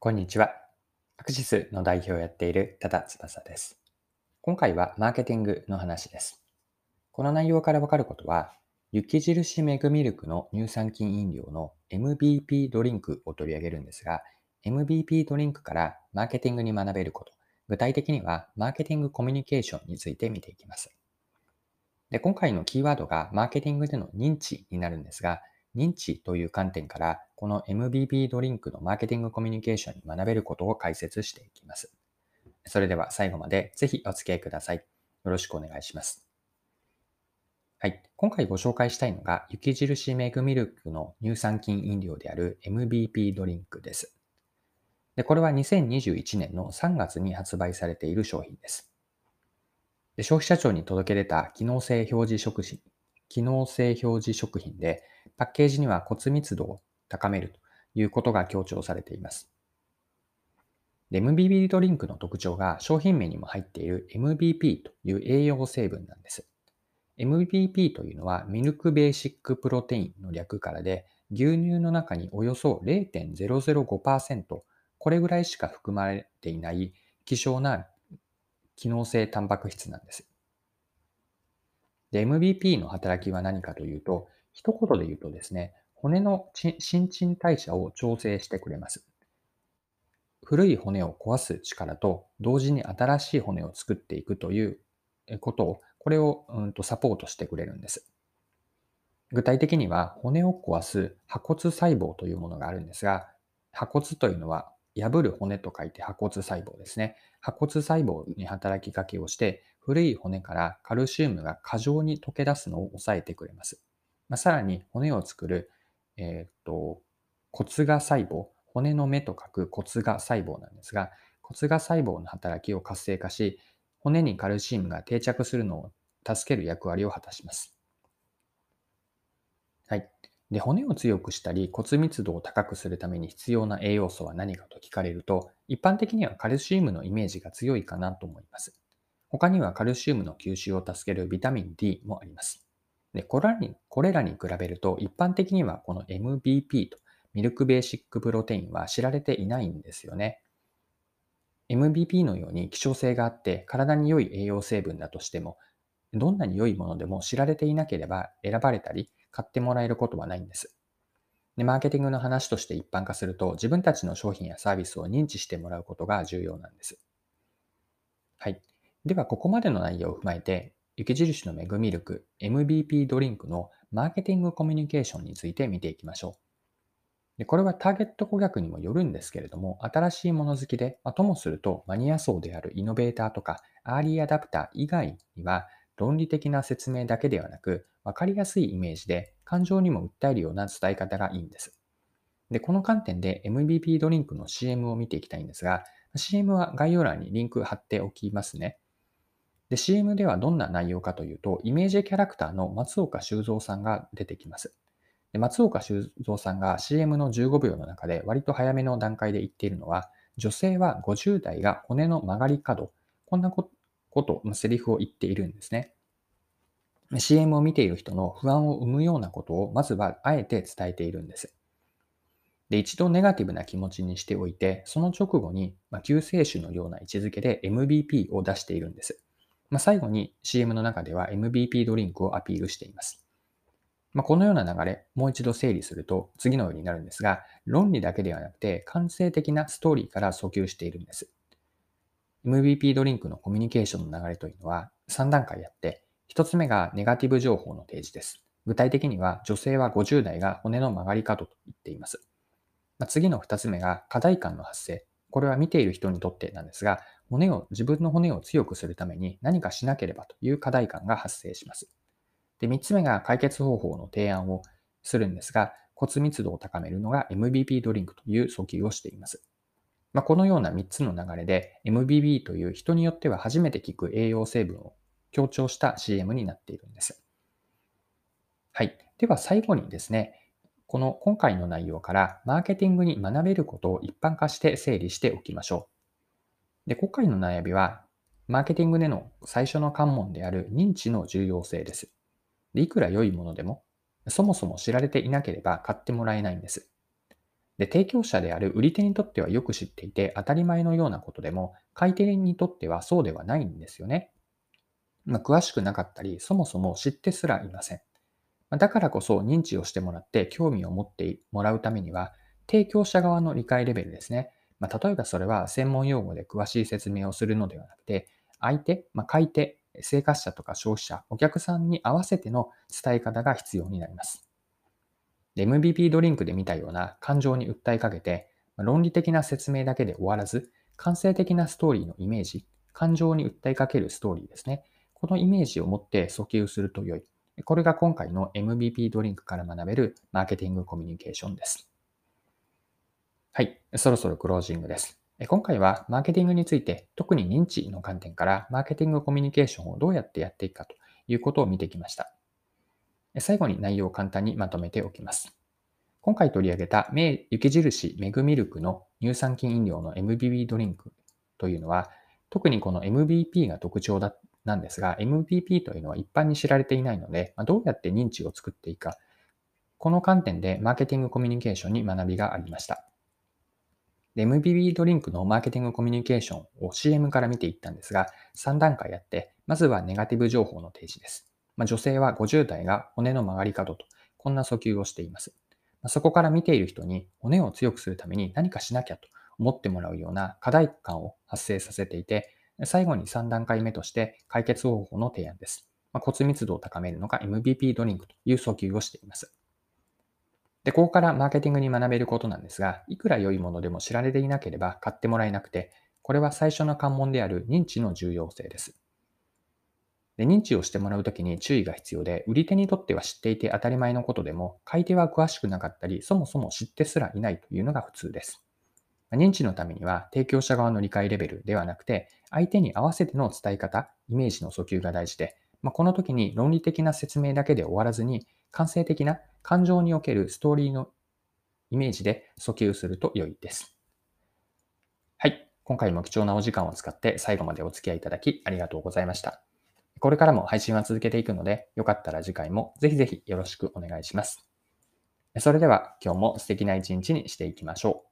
こんにちは。アクシスの代表をやっている多田翼です。今回はマーケティングの話です。この内容からわかることは、雪印メグミルクの乳酸菌飲料の MBP ドリンクを取り上げるんですが、MBP ドリンクからマーケティングに学べること、具体的にはマーケティングコミュニケーションについて見ていきます。で、今回のキーワードがマーケティングでの認知になるんですが、認知という観点から、この MBP ドリンクのマーケティングコミュニケーションに学べることを解説していきます。それでは最後までぜひお付き合いください。よろしくお願いします。はい。今回ご紹介したいのが、雪印メグミルクの乳酸菌飲料である MBP ドリンクです。で、これは2021年の3月に発売されている商品です。で、消費者庁に届け出た機能性表示食品で、パッケージには骨密度を高めるということが強調されています。で、MBP ドリンクの特徴が商品名にも入っている MBP という栄養成分なんです。MBP というのはミルクベーシックプロテインの略からで、牛乳の中におよそ0.005%、これぐらいしか含まれていない希少な機能性タンパク質なんです。で、MBP の働きは何かというと、一言で言うとですね、骨の新陳代謝を調整してくれます。古い骨を壊す力と同時に新しい骨を作っていくということを、これをサポートしてくれるんです。具体的には骨を壊す破骨細胞というものがあるんですが、破骨というのは破る骨と書いて破骨細胞ですね。破骨細胞に働きかけをして、古い骨からカルシウムが過剰に溶け出すのを抑えてくれます。さらに骨を作る、骨芽細胞、骨の目と書く骨芽細胞なんですが、骨芽細胞の働きを活性化し、骨にカルシウムが定着するのを助ける役割を果たします。はい。で、骨を強くしたり骨密度を高くするために必要な栄養素は何かと聞かれると、一般的にはカルシウムのイメージが強いかなと思います。他にはカルシウムの吸収を助けるビタミン D もあります。で、これらに比べると一般的にはこの MBP とミルクベーシックプロテインは知られていないんですよね。MBP のように希少性があって体に良い栄養成分だとしても、どんなに良いものでも知られていなければ選ばれたり買ってもらえることはないんです。で、マーケティングの話として一般化すると、自分たちの商品やサービスを認知してもらうことが重要なんです。はい。では、ここまでの内容を踏まえて、雪印のメグミルク MBP ドリンクのマーケティングコミュニケーションについて見ていきましょう。で、これはターゲット顧客にもよるんですけれども、新しいもの好きで、ともするとマニア層であるイノベーターとかアーリーアダプター以外には、論理的な説明だけではなく、わかりやすいイメージで感情にも訴えるような伝え方がいいんです。で、この観点で MBP ドリンクの CM を見ていきたいんですが、CM は概要欄にリンク貼っておきますね。で、CM ではどんな内容かというと、イメージキャラクターの松岡修造さんが出てきます。で、松岡修造さんが CM の15秒の中で割と早めの段階で言っているのは、女性は50代が骨の曲がり角、こんなこと、セリフを言っているんですね。CM を見ている人の不安を生むようなことをまずはあえて伝えているんです。で、一度ネガティブな気持ちにしておいて、その直後に、救世主のような位置づけで MBP を出しているんです。最後に CM の中では MBP ドリンクをアピールしています。このような流れ、もう一度整理すると次のようになるんですが、論理だけではなくて感性的なストーリーから訴求しているんです。MBP ドリンクのコミュニケーションの流れというのは3段階あって、1つ目がネガティブ情報の提示です。具体的には女性は50代が骨の曲がり角と言っています。次の2つ目が課題感の発生。これは見ている人にとってなんですが、自分の骨を強くするために何かしなければという課題感が発生します。で、3つ目が解決方法の提案をするんですが、骨密度を高めるのが MBP ドリンクという訴求をしています。このような3つの流れで MBP という人によっては初めて聞く栄養成分を強調した CM になっているんです。はい。では最後にですね、この今回の内容からマーケティングに学べることを一般化して整理しておきましょう。で、今回の悩みは、マーケティングでの最初の関門である認知の重要性です。で、いくら良いものでも、そもそも知られていなければ買ってもらえないんです。 で、提供者である売り手にとってはよく知っていて当たり前のようなことでも、買い手にとってはそうではないんですよね。詳しくなかったり、そもそも知ってすらいません。だからこそ認知をしてもらって興味を持ってもらうためには、提供者側の理解レベルですね。例えばそれは専門用語で詳しい説明をするのではなくて、相手、買い手、生活者とか消費者、お客さんに合わせての伝え方が必要になります。で MVP ドリンクで見たような感情に訴えかけて、論理的な説明だけで終わらず、感性的なストーリーのイメージ、感情に訴えかけるストーリーですね。このイメージを持って訴求すると良い。これが今回の MVP ドリンクから学べるマーケティングコミュニケーションです。はい、そろそろクロージングです。今回はマーケティングについて、特に認知の観点からマーケティングコミュニケーションをどうやってやっていくかということを見てきました。最後に内容を簡単にまとめておきます。今回取り上げた雪印メグミルクの乳酸菌飲料の MVP ドリンクというのは、特にこの MVP が特徴なんですが、MVP というのは一般に知られていないので、どうやって認知を作っていくか、この観点でマーケティングコミュニケーションに学びがありました。で MVP ドリンクのマーケティングコミュニケーションを CM から見ていったんですが、3段階あって、まずはネガティブ情報の提示です。女性は50代が骨の曲がり角と、こんな訴求をしています。そこから見ている人に骨を強くするために何かしなきゃと思ってもらうような課題感を発生させていて、最後に3段階目として解決方法の提案です。骨密度を高めるのが MVP ドリンクという訴求をしています。で、ここからマーケティングに学べることなんですが、いくら良いものでも知られていなければ買ってもらえなくて、これは最初の関門である認知の重要性です。で、認知をしてもらうときに注意が必要で、売り手にとっては知っていて当たり前のことでも、買い手は詳しくなかったり、そもそも知ってすらいないというのが普通です。認知のためには、提供者側の理解レベルではなくて、相手に合わせての伝え方、イメージの訴求が大事で、この時に論理的な説明だけで終わらずに、感性的な感情におけるストーリーのイメージで訴求すると良いです。はい。今回も貴重なお時間を使って最後までお付き合いいただきありがとうございました。これからも配信は続けていくので、よかったら次回もぜひぜひよろしくお願いします。それでは今日も素敵な一日にしていきましょう。